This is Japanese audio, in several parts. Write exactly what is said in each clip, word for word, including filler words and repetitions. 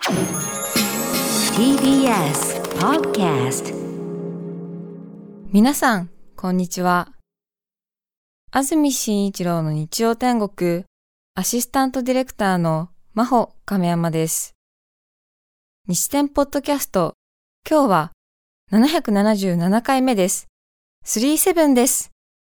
ティービーエス Podcast。 皆さんこんにちは。安住紳一郎の日曜天国アシスタントディレクターの真帆亀山です。日天ポッドキャスト、今日はななひゃくななじゅうななかいめです。さんじゅうななです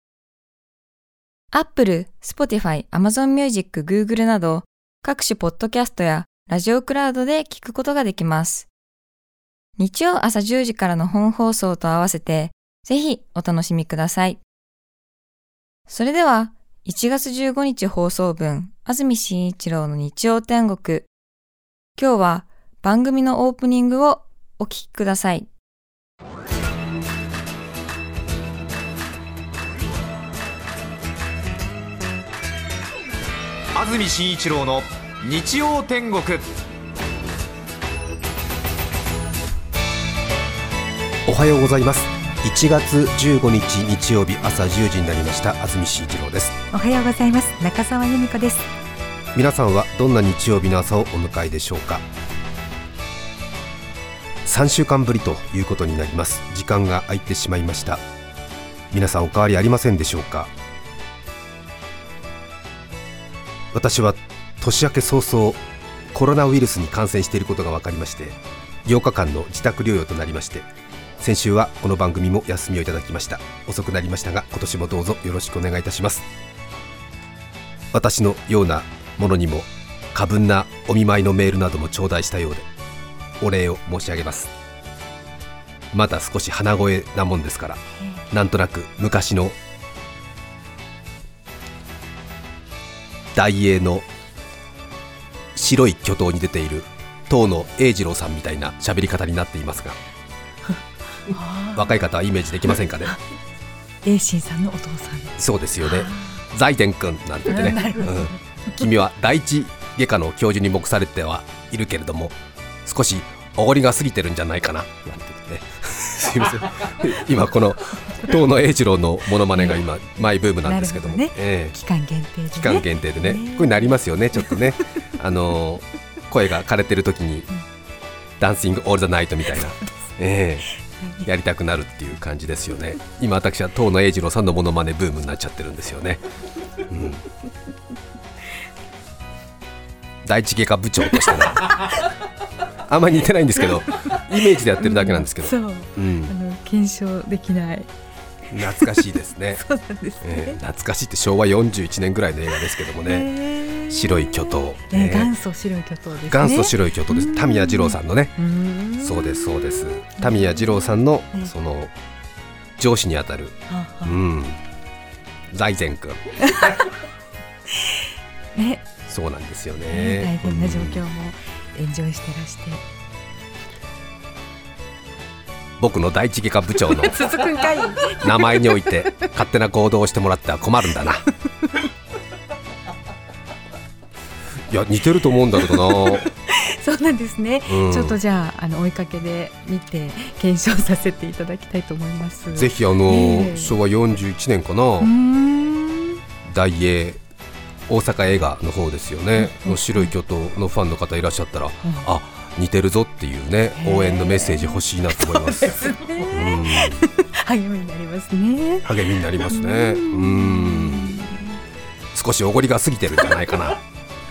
。Apple、Spotify、Amazon Music、Google など各種ポッドキャストやラジオクラウドで聞くことができます。日曜朝じゅうじからの本放送と合わせてぜひお楽しみください。それではいちがつじゅうごにち放送分、安住紳一郎の日曜天国。今日は番組のオープニングをお聞きください。 安住紳一郎の日曜天国。 おはようございます。いちがつじゅうごにち日曜日朝じゅうじになりました。安住紳一郎です。 おはようございます。中澤由美子です。 皆さんはどんな日曜日の朝をお迎えでしょうか。さんしゅうかんぶりということになります。時間が空いてしまいました。皆さんお変わりありませんでしょうか。私は年明け早々コロナウイルスに感染していることが分かりまして、ようかかんの自宅療養となりまして、先週はこの番組も休みをいただきました。遅くなりましたが今年もどうぞよろしくお願いいたします。私のようなものにも過分なお見舞いのメールなども頂戴したようでお礼を申し上げます。まだ少し鼻声なもんですから、なんとなく昔の大英の白い巨頭に出ている遠野栄次郎さんみたいな喋り方になっていますが若い方はイメージできませんかね。 栄信さんのお父さん。 そうですよね。財前君なんて言ってね、うん、君は第一外科の教授に目されてはいるけれども少しおごりが過ぎてるんじゃないかななんて言ってねすいません今この遠野栄次郎のモノマネが今マイブームなんですけども、 ねえー、 期間限定でね期間限定でね、えー、これなりますよね。ちょっとねあのー、声が枯れてる時に、うん、ダンシングオールザナイトみたいな、えー、やりたくなるっていう感じですよね。今私は遠野栄次郎さんのモノマネブームになっちゃってるんですよね、うん、第一外科部長としてねあんまり似てないんですけどイメージでやってるだけなんですけど、 うんそううん、あの検証できない懐かしいですねそうなんですね、 えー、懐かしいって昭和よんじゅういちねんぐらいの映画ですけどもね、えー、白い巨頭、 えー、元祖白い巨頭ですね。 元祖白い巨頭です。田宮二郎さんのね、そうですそうです。田宮二郎さんのその上司にあたる、うん、財前君ね、そうなんですよね、 ね、大変な状況もエンジョイしてらして、 僕の第一外科部長の名前において勝手な行動をしてもらっては困るんだな。いや似てると思うんだけどなそうなんですね、うん、ちょっとじゃあ、あの追いかけで見て検証させていただきたいと思います。 ぜひあの、えー、昭和よんじゅういちねんかな、うーん大英大阪映画の方ですよね、うん、の白い巨頭のファンの方いらっしゃったら、うん、あ似てるぞっていうね応援のメッセージ欲しいなと思います。そうですね、うん、 励みになりますね。 励みになりますね。うーん少しおごりが過ぎてるんじゃないかな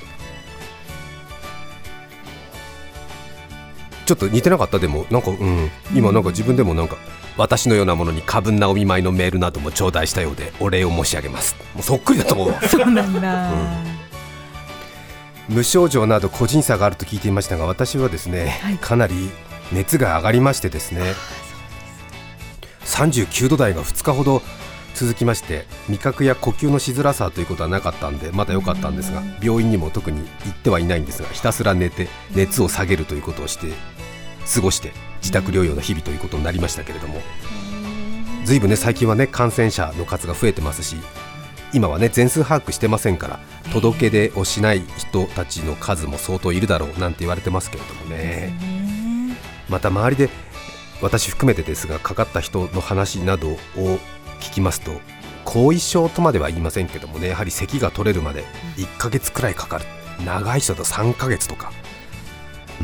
ちょっと似てなかった。でもなんか、うん、今なんか自分でもなんか私のようなものに過分なお見舞いのメールなども頂戴したようでお礼を申し上げます。もうそっくりだと思うわ。 そうなんだ、 うん、無症状など個人差があると聞いていましたが、私はですね、はい、かなり熱が上がりましてですね、さんじゅうきゅうど台がふつかほど続きまして、味覚や呼吸のしづらさということはなかったんでまだ良かったんですが、病院にも特に行ってはいないんですが、ひたすら寝て熱を下げるということをして過ごして自宅療養の日々ということになりましたけれども、ずいぶんね最近はね感染者の数が増えてますし、今はね全数把握してませんから届け出をしない人たちの数も相当いるだろうなんて言われてますけれどもね。また周りで私含めてですがかかった人の話などを聞きますと、後遺症とまでは言いませんけどもね、やはり咳が取れるまでいっかげつくらいかかる、長い人だとさんかげつとかうん、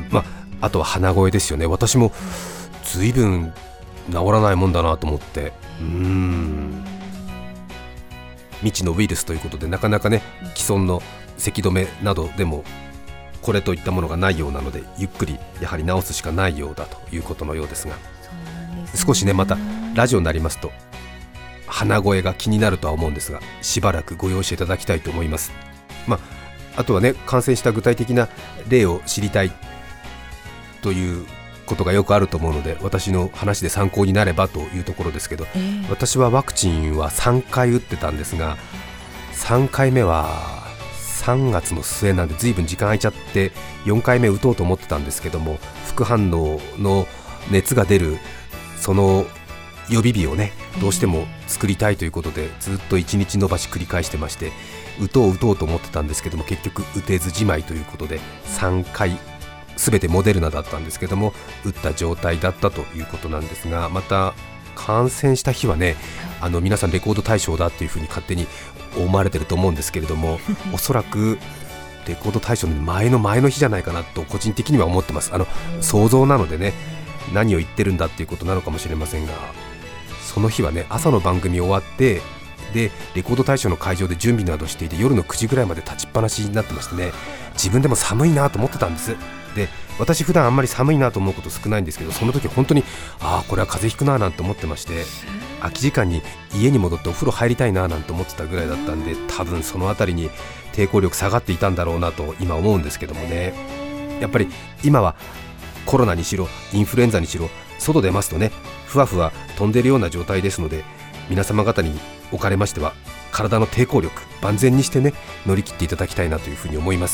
まあ、あとは鼻声ですよね。私もずいぶん治らないもんだなと思って、うーん、未知のウイルスということでなかなかね、既存の咳止めなどでもこれといったものがないようなので、ゆっくりやはり治すしかないようだということのようですが、 そうなんですね、 少しねまたラジオになりますと鼻声が気になるとは思うんですが、しばらくご容赦いただきたいと思います。まあ、あとはね、感染した具体的な例を知りたいということがよくあると思うので、私の話で参考になればというところですけど、えー、私はワクチンはさんかい打ってたんですが、さんかいめはさんがつの末なんで随分時間空いちゃって、よんかいめ打とうと思ってたんですけども、副反応の熱が出るその予備日をねどうしても作りたいということで、ずっといちにち延ばし繰り返してまして、打とう打とうと思ってたんですけども、結局打てずじまいということで、さんかいすべてモデルナだったんですけども、打った状態だったということなんですが、また感染した日はね、あの皆さんレコード大賞だというふうに勝手に思われてると思うんですけれども、おそらくレコード大賞の前の前の日じゃないかなと個人的には思ってます。あの想像なのでね、何を言ってるんだっていうことなのかもしれませんが、その日はね、朝の番組終わってでレコード大賞の会場で準備などしていて、夜のくじぐらいまで立ちっぱなしになってましてね、自分でも寒いなと思ってたんです。で、私普段あんまり寒いなと思うこと少ないんですけど、その時本当にああこれは風邪ひくななんて思ってまして、空き時間に家に戻ってお風呂入りたいななんて思ってたぐらいだったんで、多分そのあたりに抵抗力下がっていたんだろうなと今思うんですけどもね。やっぱり今はコロナにしろインフルエンザにしろ、外出ますとね、ふわふわ飛んでるような状態ですので、皆様方におかれましては体の抵抗力万全にしてね、乗り切っていただきたいなというふうに思います。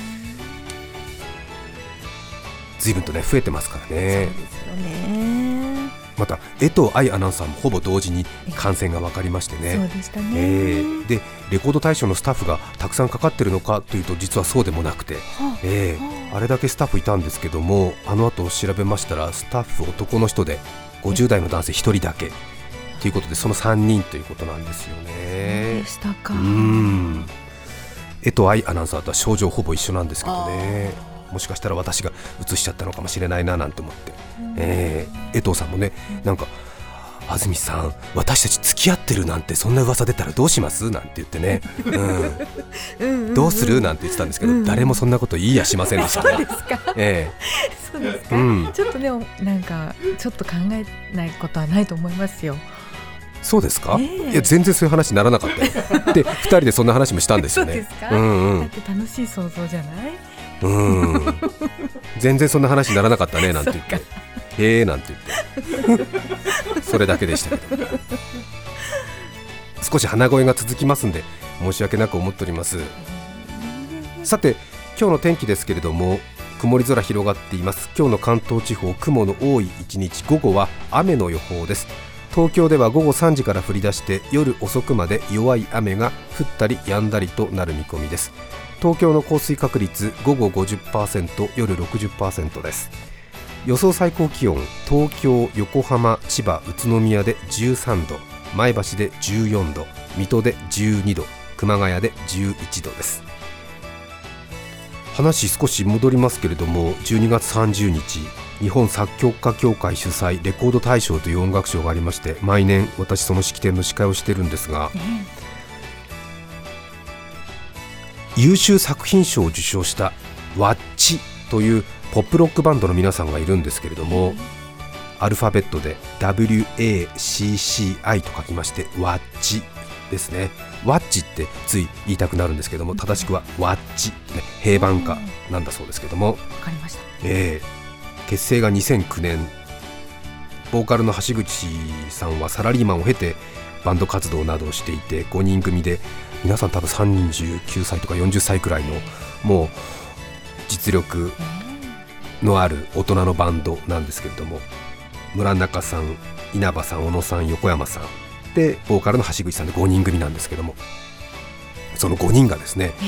随分とね増えてますからね。 そうですよね。 また江藤愛アナウンサーもほぼ同時に感染が分かりましてね。 そうでしたね、 えー、でレコード大賞のスタッフがたくさんかかってるのかというと、実はそうでもなくて、はあえー、あれだけスタッフいたんですけども、あの後調べましたらスタッフ男の人でごじゅう代の男性ひとりだけということで、そのさんにんということなんですよね。 そうでしたか。 うーん、江藤愛アナウンサーとは症状ほぼ一緒なんですけどね。もしかしたら私が移しちゃったのかもしれないななんて思って、えー、江藤さんもね、なんか安住さん私たち付き合ってるなんてそんな噂出たらどうしますなんて言ってね、うんうんうん、どうするなんて言ってたんですけど、うん、誰もそんなこと言いやしませんでしたね。 そうですか、 えー、そうですか、 うん、 ちょっとね、なんかちょっと考えないことはないと思いますよ。 そうですか、 えー、 いや全然そういう話にならなかったよでふたりでそんな話もしたんですよね。 そうですか、 うんうん、 だって楽しい想像じゃない。 うん全然そんな話にならなかったねなんて言ってえーなんて言ってそれだけでしたけど、少し鼻声が続きますんで申し訳なく思っております。さて今日の天気ですけれども、曇り空広がっています。今日の関東地方、雲の多い一日、午後は雨の予報です。東京では午後さんじから降り出して夜遅くまで弱い雨が降ったり止んだりとなる見込みです。東京の降水確率午後 ごじゅっパーセント、夜 ろくじゅっパーセント です。予想最高気温、東京、横浜、千葉、宇都宮でじゅうさんど、前橋でじゅうよんど、水戸でじゅうにど、熊谷でじゅういちどです。話少し戻りますけれども、じゅうにがつさんじゅうにち、日本作曲家協会主催レコード大賞という音楽賞がありまして、毎年私その式典の司会をしているんですが、優秀作品賞を受賞したワッチというポップロックバンドの皆さんがいるんですけれども、アルファベットで ダブリューエーシーシーアイ と書きましてワッチですね。ワッチってつい言いたくなるんですけども、正しくはワッチ、ね、平板化なんだそうですけども、わかりました、 えー、結成がにせんきゅうねん、ボーカルの橋口さんはサラリーマンを経てバンド活動などをしていて、ごにん組で皆さん多分さんじゅうきゅうさいとかよんじゅっさいくらいのもう実力のある大人のバンドなんですけれども、村中さん、稲葉さん、小野さん、横山さんでボーカルの橋口さんでごにん組なんですけども、そのごにんがですね、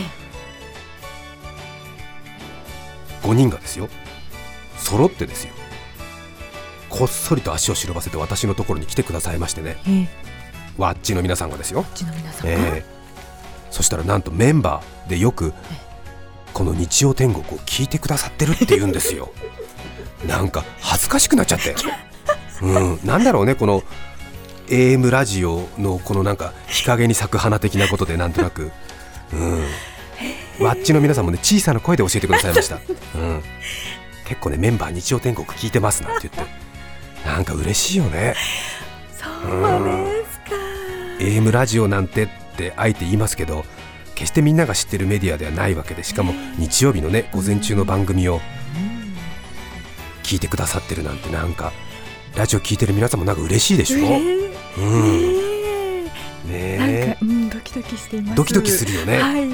ごにんがですよ、揃ってですよ、こっそりと足を忍ばせて私のところに来てくださいましてね、ワッチの皆さんがですよ、 ワッチの皆さんが、 えー、そしたらなんとメンバーでよくこの日曜天国を聞いてくださってるって言うんですよ。なんか恥ずかしくなっちゃって、うん、なんだろうね、この エーエム ラジオのこのなんか日陰に咲く花的なことでなんとなく、うん、ワッチの皆さんもね小さな声で教えてくださいました、うん、結構ねメンバー日曜天国聞いてますなんて言って、なんか嬉しいよね。 そうですか、 うん、エーエム ラジオなんてってあえて言いますけど、決してみんなが知ってるメディアではないわけで、しかも日曜日のね午前中の番組を聞いてくださってるなんて、なんかラジオ聞いてる皆さんもなんか嬉しいでしょ、えーうんねえ、 なんか、うん、ドキドキしています。 ドキドキするよね、はい、うん、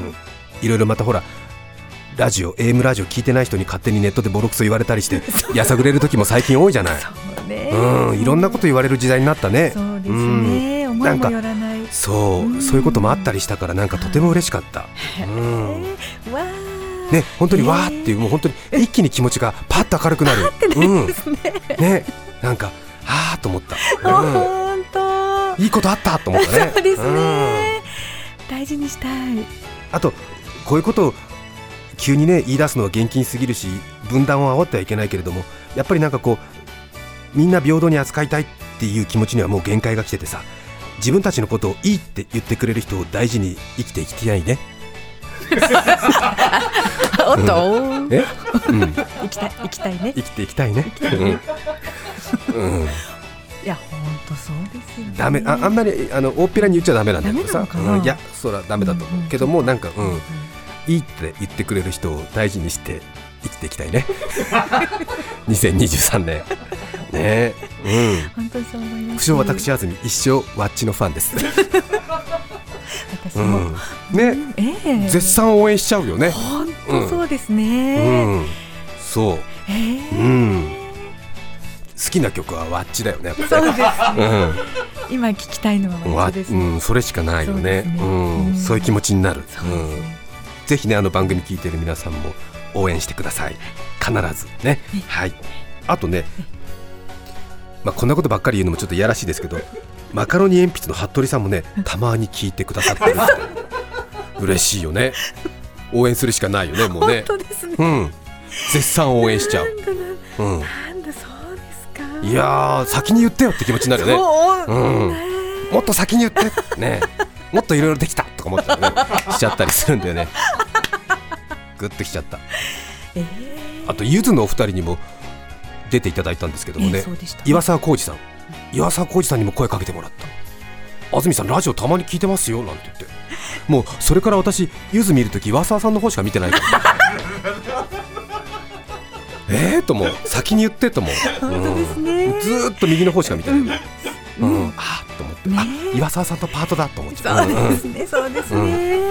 いろいろまたほらラジオ エーエム ラジオ聞いてない人に勝手にネットでボロクソ言われたりしてやさぐれる時も最近多いじゃない。 そうね、 うん、いろんなこと言われる時代になったね。 そうですね、うん、思いもよらない、 そう、うん、そういうこともあったりしたから、なんかとても嬉しかった、うん、 わーね、本当にわーっていう、もう本当に一気に気持ちがパッと明るくなる、 うんね、なんかあーと思った、 うん、本当いいことあったと思ったね。 そうですね、 うん、 大事にしたい。 あとこういうことを急にね言い出すのは厳禁すぎるし、分断を煽ってはいけないけれども、やっぱりなんかこうみんな平等に扱いたいっていう気持ちにはもう限界が来ててさ、自分たちのことをいいって言ってくれる人を大事に生きていきたいね。 おっと、 うん、え、うん、 生きたい、生きたいね、 生きていきたいね。うん、いや本当そうですよね。 ダメ、あ、あんまりあの大っぴらに言っちゃダメなんだけどさ、うん、いやそらダメだと思うけども、なんか、うん、いいって言ってくれる人を大事にして生きていきたいね。にせんにじゅうさんねんね、うん、 本当にそう思います。 不詳私安住一生ワッチのファンです。 私も、 うん、ね、 えー、 絶賛応援しちゃうよね。 本当そうですね、 うんうん、そう、 えーうん、好きな曲はワッチだよね、やっぱり。 そうですね、 うん、 今聞きたいのはワッチですね、 うん、それしかないよね。そう、ね、うんうん、そういう気持ちになる、うん、ぜひねあの番組聞いてる皆さんも応援してください、必ずね、はい、あとね、まあ、こんなことばっかり言うのもちょっといやらしいですけど、マカロニ鉛筆の服部さんもねたまに聞いてくださってるって嬉しいよね。応援するしかないよね、もうね。 本当ですね、 うん、絶賛応援しちゃう。 なんだ、 うん、 なんだ、そうですか。 いやー先に言ってよって気持ちになるよね。そう、うん、もっと先に言ってね、もっといろいろできたとか思ったらねしちゃったりするんだよね。グッときちゃった、えー、あとゆずのお二人にも出ていただいたんですけどもね、えー、ね、岩沢浩二さん岩沢浩二さんにも声かけてもらった。安住さんラジオたまに聞いてますよなんて言って、もうそれから私ゆず見るとき岩沢さんの方しか見てないからえーともう先に言ってとも、 本当ですね、 うん、ずーっと右の方しか見てない、うんうんうん、あーと思って、ね、あ岩沢さんとパートだと思っちゃう。 そうですね、そうですね、うん、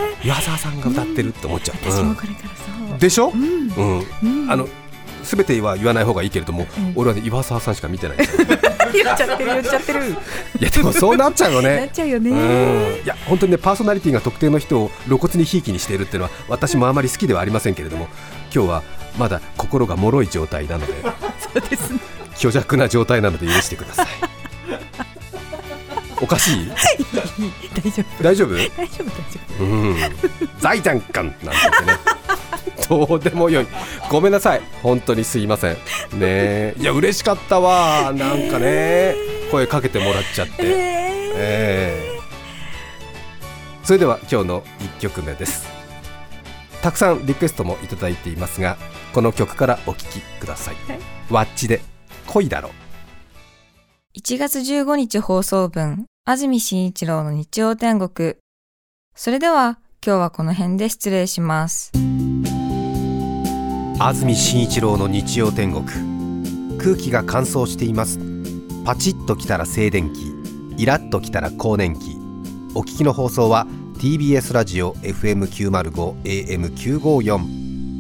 岩沢さんが歌ってるって思っちゃう、 うん、私もこれからそうでしょ、 うんうんうん、あの全ては言わない方がいいけれども、うん、俺は、ね、岩沢さんしか見てない。言っちゃってる言っちゃってる。 いやでもそうなっちゃうよね。 なっちゃうよね、 うん、いや本当にねパーソナリティが特定の人を露骨にひいきにしているっていうのは私もあまり好きではありませんけれども、今日はまだ心が脆い状態なのでそうですね、 虚弱な状態なので許してください。おかしい？ 大丈夫大丈夫大丈夫大丈夫、 うん、財産感なんて言ってねどうでもよい、ごめんなさい本当にすいませんね。いや嬉しかったわ、なんかね、えー、声かけてもらっちゃって、えーえー、それでは今日のいっきょくめです。たくさんリクエストもいただいていますが、この曲からお聴きください、はい、ワッチで恋だろ。 いちがつじゅうごにち放送分、安住紳一郎の日曜天国。それでは今日はこの辺で失礼します。 安住紳一郎の日曜天国、空気が乾燥しています。パチッときたら静電気、イラッときたら更年期。お聞きの放送は ティービーエス ラジオ エフエムきゅうまるご エーエムきゅうごよん。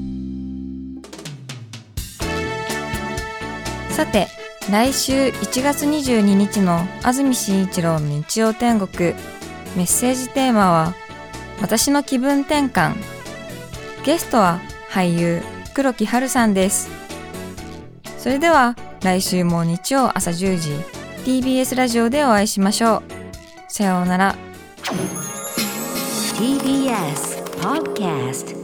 さて来週いちがつにじゅうににちの安住紳一郎の日曜天国、メッセージテーマは私の気分転換。ゲストは俳優黒木華さんです。それでは来週も日曜朝じゅうじ ティービーエス ラジオでお会いしましょう。さようなら。 ティービーエス Podcast